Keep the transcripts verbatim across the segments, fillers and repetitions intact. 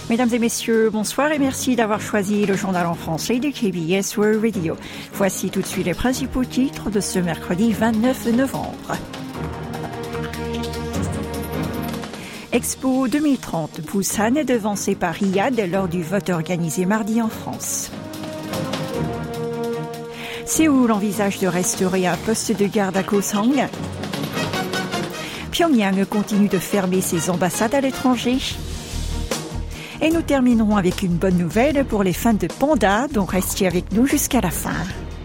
Mesdames et messieurs, bonsoir et merci d'avoir choisi le journal en français de K B S World Radio. Voici tout de suite les principaux titres de ce mercredi vingt-neuf novembre. Expo deux mille trente, Busan est devancé par Riyad lors du vote organisé mardi en France. Séoul envisage de restaurer un poste de garde à Kaesong. Pyongyang continue de fermer ses ambassades à l'étranger. Et nous terminerons avec une bonne nouvelle pour les fans de Panda, donc restez avec nous jusqu'à la fin.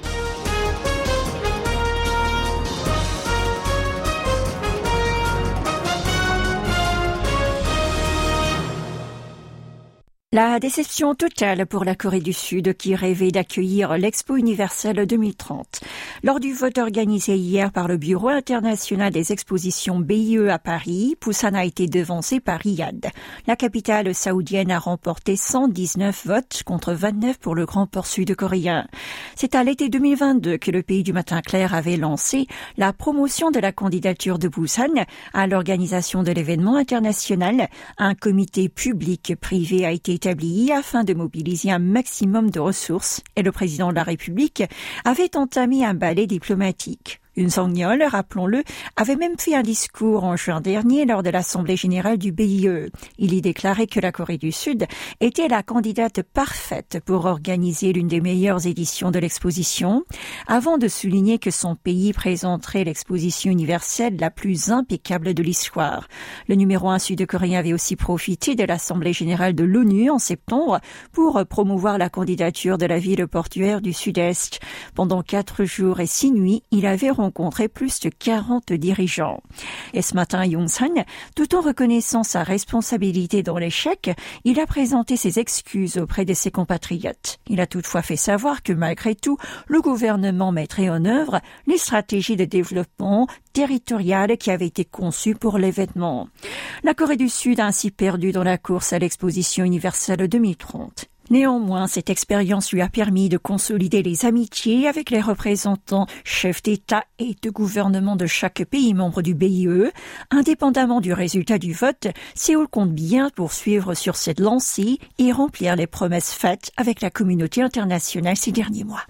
La déception totale pour la Corée du Sud qui rêvait d'accueillir l'Expo universelle deux mille trente. Lors du vote organisé hier par le Bureau international des expositions B I E à Paris, Busan a été devancé par Riyad. La capitale saoudienne a remporté cent dix-neuf votes contre vingt-neuf pour le grand port sud-coréen. C'est à l'été deux mille vingt-deux que le pays du matin clair avait lancé la promotion de la candidature de Busan à l'organisation de l'événement international. Un comité public-privé a été établi afin de mobiliser un maximum de ressources et le président de la République avait entamé un balai diplomatique. Yoon Suk-yeol, rappelons-le, avait même fait un discours en juin dernier lors de l'Assemblée générale du B I E. Il y déclarait que la Corée du Sud était la candidate parfaite pour organiser l'une des meilleures éditions de l'exposition, avant de souligner que son pays présenterait l'exposition universelle la plus impeccable de l'histoire. Le numéro un sud-coréen avait aussi profité de l'Assemblée générale de l'ONU en septembre pour promouvoir la candidature de la ville portuaire du Sud-Est. Pendant quatre jours et six nuits, il avait rencontré plus de quarante dirigeants. Et ce matin, Young-san, tout en reconnaissant sa responsabilité dans l'échec, il a présenté ses excuses auprès de ses compatriotes. Il a toutefois fait savoir que malgré tout, le gouvernement mettrait en œuvre les stratégies de développement territorial qui avaient été conçues pour l'événement. La Corée du Sud a ainsi perdu dans la course à l'exposition universelle deux mille trente. Néanmoins, cette expérience lui a permis de consolider les amitiés avec les représentants chefs d'État et de gouvernement de chaque pays membre du B I E. Indépendamment du résultat du vote, Séoul compte bien poursuivre sur cette lancée et remplir les promesses faites avec la communauté internationale ces derniers mois.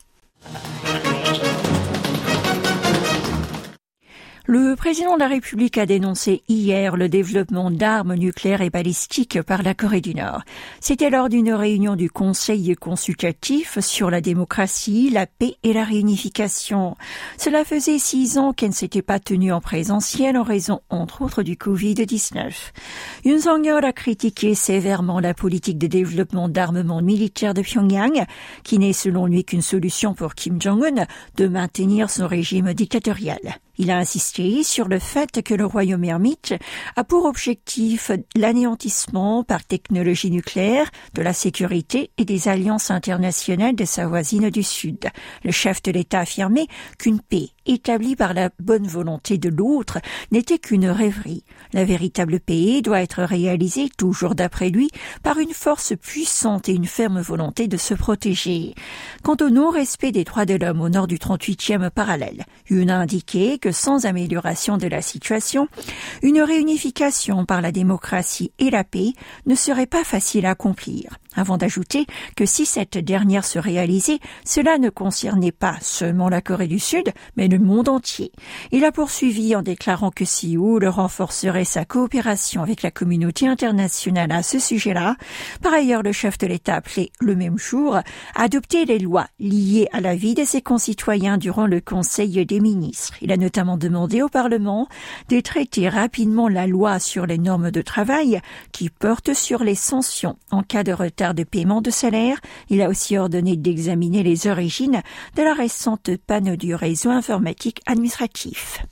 Le président de la République a dénoncé hier le développement d'armes nucléaires et balistiques par la Corée du Nord. C'était lors d'une réunion du Conseil consultatif sur la démocratie, la paix et la réunification. Cela faisait six ans qu'elle ne s'était pas tenue en présentiel en raison, entre autres, du covid dix-neuf. Yoon Suk-yeol a critiqué sévèrement la politique de développement d'armement militaire de Pyongyang, qui n'est selon lui qu'une solution pour Kim Jong-un de maintenir son régime dictatorial. Il a insisté sur le fait que le royaume ermite a pour objectif l'anéantissement par technologie nucléaire de la sécurité et des alliances internationales de sa voisine du Sud. Le chef de l'État a affirmé qu'une paix établie par la bonne volonté de l'autre n'était qu'une rêverie. La véritable paix doit être réalisée, toujours d'après lui, par une force puissante et une ferme volonté de se protéger. Quant au non-respect des droits de l'homme au nord du trente-huitième parallèle, Yoon a indiqué que sans amélioration de la situation, une réunification par la démocratie et la paix ne serait pas facile à accomplir. Avant d'ajouter que si cette dernière se réalisait, cela ne concernait pas seulement la Corée du Sud, mais le monde entier. Il a poursuivi en déclarant que Séoul renforcerait sa coopération avec la communauté internationale à ce sujet-là. Par ailleurs, le chef de l'État a appelé le même jour à adopter les lois liées à la vie de ses concitoyens durant le Conseil des ministres. Il a notamment demandé au Parlement de traiter rapidement la loi sur les normes de travail qui porte sur les sanctions en cas de retard de paiement de salaire. Il a aussi ordonné d'examiner les origines de la récente panne du réseau informatique administratif.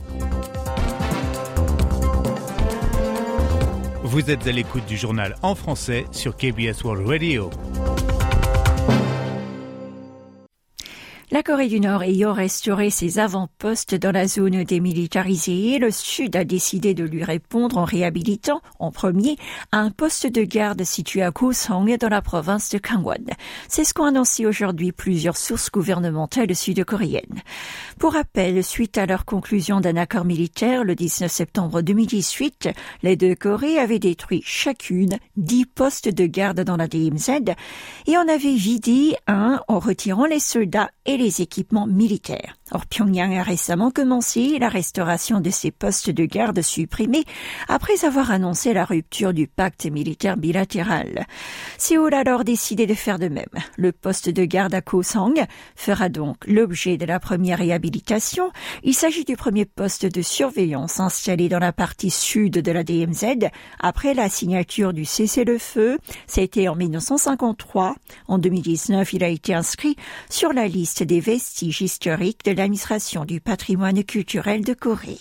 Vous êtes à l'écoute du journal en français sur K B S World Radio. La Corée du Nord ayant restauré ses avant-postes dans la zone démilitarisée, le Sud a décidé de lui répondre en réhabilitant, en premier, un poste de garde situé à Gosong dans la province de Gangwon. C'est ce qu'ont annoncé aujourd'hui plusieurs sources gouvernementales sud-coréennes. Pour rappel, suite à leur conclusion d'un accord militaire le dix-neuf septembre deux mille dix-huit, les deux Corées avaient détruit chacune dix postes de garde dans la D M Z et en avaient vidé un en retirant les soldats et les équipements militaires. Or, Pyongyang a récemment commencé la restauration de ces postes de garde supprimés après avoir annoncé la rupture du pacte militaire bilatéral. Séoul a alors décidé de faire de même. Le poste de garde à Gosong fera donc l'objet de la première réhabilitation. Il s'agit du premier poste de surveillance installé dans la partie sud de la D M Z après la signature du cessez-le-feu. C'était en dix-neuf cent cinquante-trois. En deux mille dix-neuf, il a été inscrit sur la liste des vestiges historiques de l'administration du patrimoine culturel de Corée.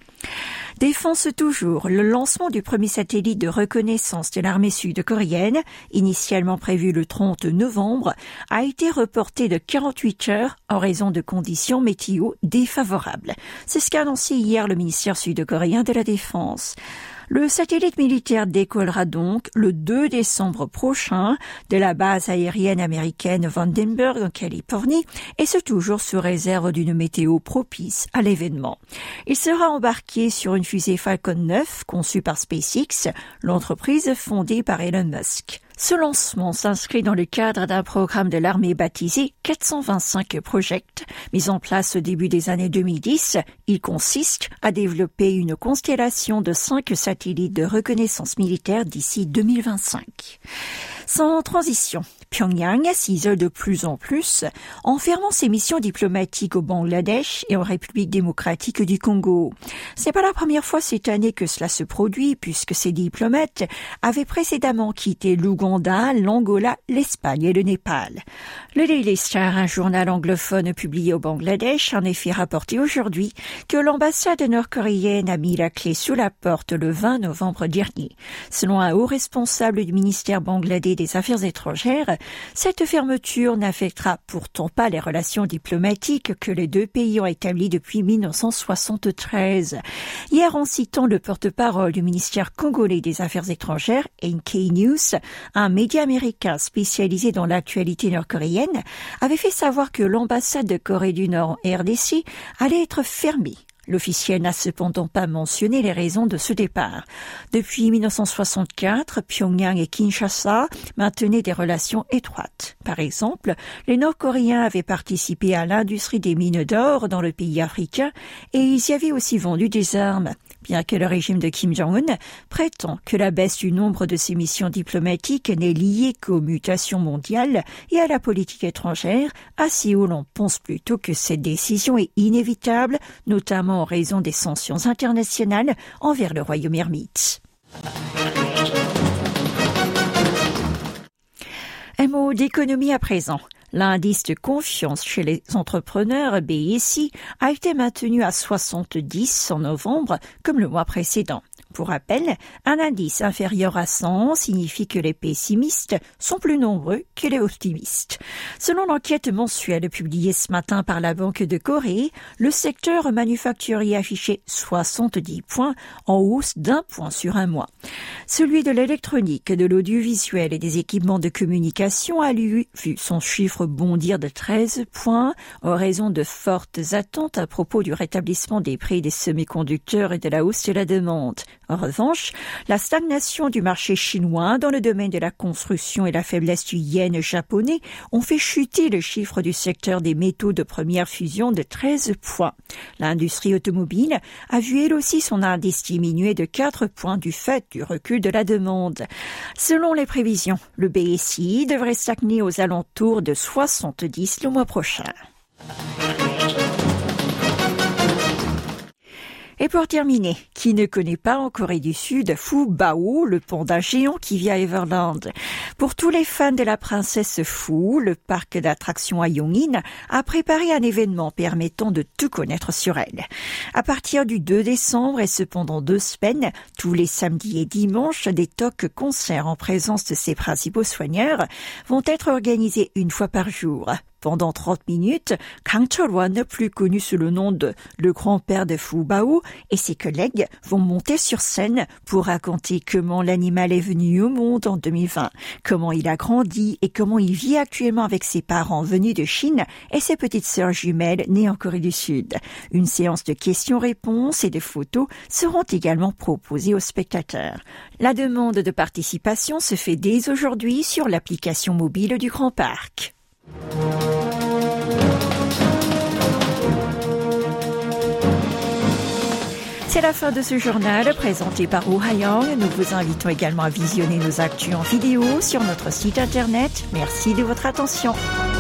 Défense toujours, le lancement du premier satellite de reconnaissance de l'armée sud-coréenne, initialement prévu le trente novembre, a été reporté de quarante-huit heures en raison de conditions météo défavorables. C'est ce qu'a annoncé hier le ministère sud-coréen de la Défense. Le satellite militaire décollera donc le deux décembre prochain de la base aérienne américaine Vandenberg en Californie et ce toujours sous réserve d'une météo propice à l'événement. Il sera embarqué sur une fusée Falcon neuf conçue par SpaceX, l'entreprise fondée par Elon Musk. Ce lancement s'inscrit dans le cadre d'un programme de l'armée baptisé quatre cent vingt-cinq Project, mis en place au début des années deux mille dix. Il consiste à développer une constellation de cinq satellites de reconnaissance militaire d'ici deux mille vingt-cinq. Sans transition, Pyongyang s'isole de plus en plus en fermant ses missions diplomatiques au Bangladesh et en République démocratique du Congo. Ce n'est pas la première fois cette année que cela se produit puisque ces diplomates avaient précédemment quitté l'Ouganda, l'Angola, l'Espagne et le Népal. Le Daily Star, un journal anglophone publié au Bangladesh, a en effet rapporté aujourd'hui que l'ambassade nord-coréenne a mis la clé sous la porte le vingt novembre dernier. Selon un haut responsable du ministère bangladais des Affaires étrangères, cette fermeture n'affectera pourtant pas les relations diplomatiques que les deux pays ont établies depuis dix-neuf cent soixante-treize. Hier, en citant le porte-parole du ministère congolais des Affaires étrangères, N K News, un média américain spécialisé dans l'actualité nord-coréenne, avait fait savoir que l'ambassade de Corée du Nord en R D C allait être fermée. L'officiel n'a cependant pas mentionné les raisons de ce départ. Depuis dix-neuf cent soixante-quatre, Pyongyang et Kinshasa maintenaient des relations étroites. Par exemple, les Nord-Coréens avaient participé à l'industrie des mines d'or dans le pays africain et ils y avaient aussi vendu des armes. Bien que le régime de Kim Jong-un prétend que la baisse du nombre de ses missions diplomatiques n'est liée qu'aux mutations mondiales et à la politique étrangère, à Séoul on pense plutôt que cette décision est inévitable, notamment en raison des sanctions internationales envers le royaume ermite. Un mot d'économie à présent. L'indice de confiance chez les entrepreneurs B S I a été maintenu à soixante-dix en novembre, comme le mois précédent. Pour rappel, un indice inférieur à cent signifie que les pessimistes sont plus nombreux que les optimistes. Selon l'enquête mensuelle publiée ce matin par la Banque de Corée, le secteur manufacturier affichait soixante-dix points, en hausse d'un point sur un mois. Celui de l'électronique, de l'audiovisuel et des équipements de communication a lui vu son chiffre bondir de treize points en raison de fortes attentes à propos du rétablissement des prix des semi-conducteurs et de la hausse de la demande. En revanche, la stagnation du marché chinois dans le domaine de la construction et la faiblesse du yen japonais ont fait chuter le chiffre du secteur des métaux de première fusion de treize points. L'industrie automobile a vu elle aussi son indice diminuer de quatre points du fait du recul de la demande. Selon les prévisions, le B S I devrait stagner aux alentours de soixante-dix le mois prochain. Et pour terminer, qui ne connaît pas en Corée du Sud Fu Bao, le panda géant qui vit à Everland? Pour tous les fans de la princesse Fu, le parc d'attractions à Yongin a préparé un événement permettant de tout connaître sur elle. À partir du deux décembre et cependant deux semaines, tous les samedis et dimanches, des talks concerts en présence de ses principaux soigneurs vont être organisés une fois par jour. Pendant trente minutes, Kang Chol-won, plus connu sous le nom de le grand-père de Fu Bao, et ses collègues vont monter sur scène pour raconter comment l'animal est venu au monde en deux mille vingt, comment il a grandi et comment il vit actuellement avec ses parents venus de Chine et ses petites sœurs jumelles nées en Corée du Sud. Une séance de questions-réponses et de photos seront également proposées aux spectateurs. La demande de participation se fait dès aujourd'hui sur l'application mobile du Grand Parc. C'est la fin de ce journal présenté par Oh Ha-young. Nous vous invitons également à visionner nos actus en vidéo sur notre site internet. Merci de votre attention.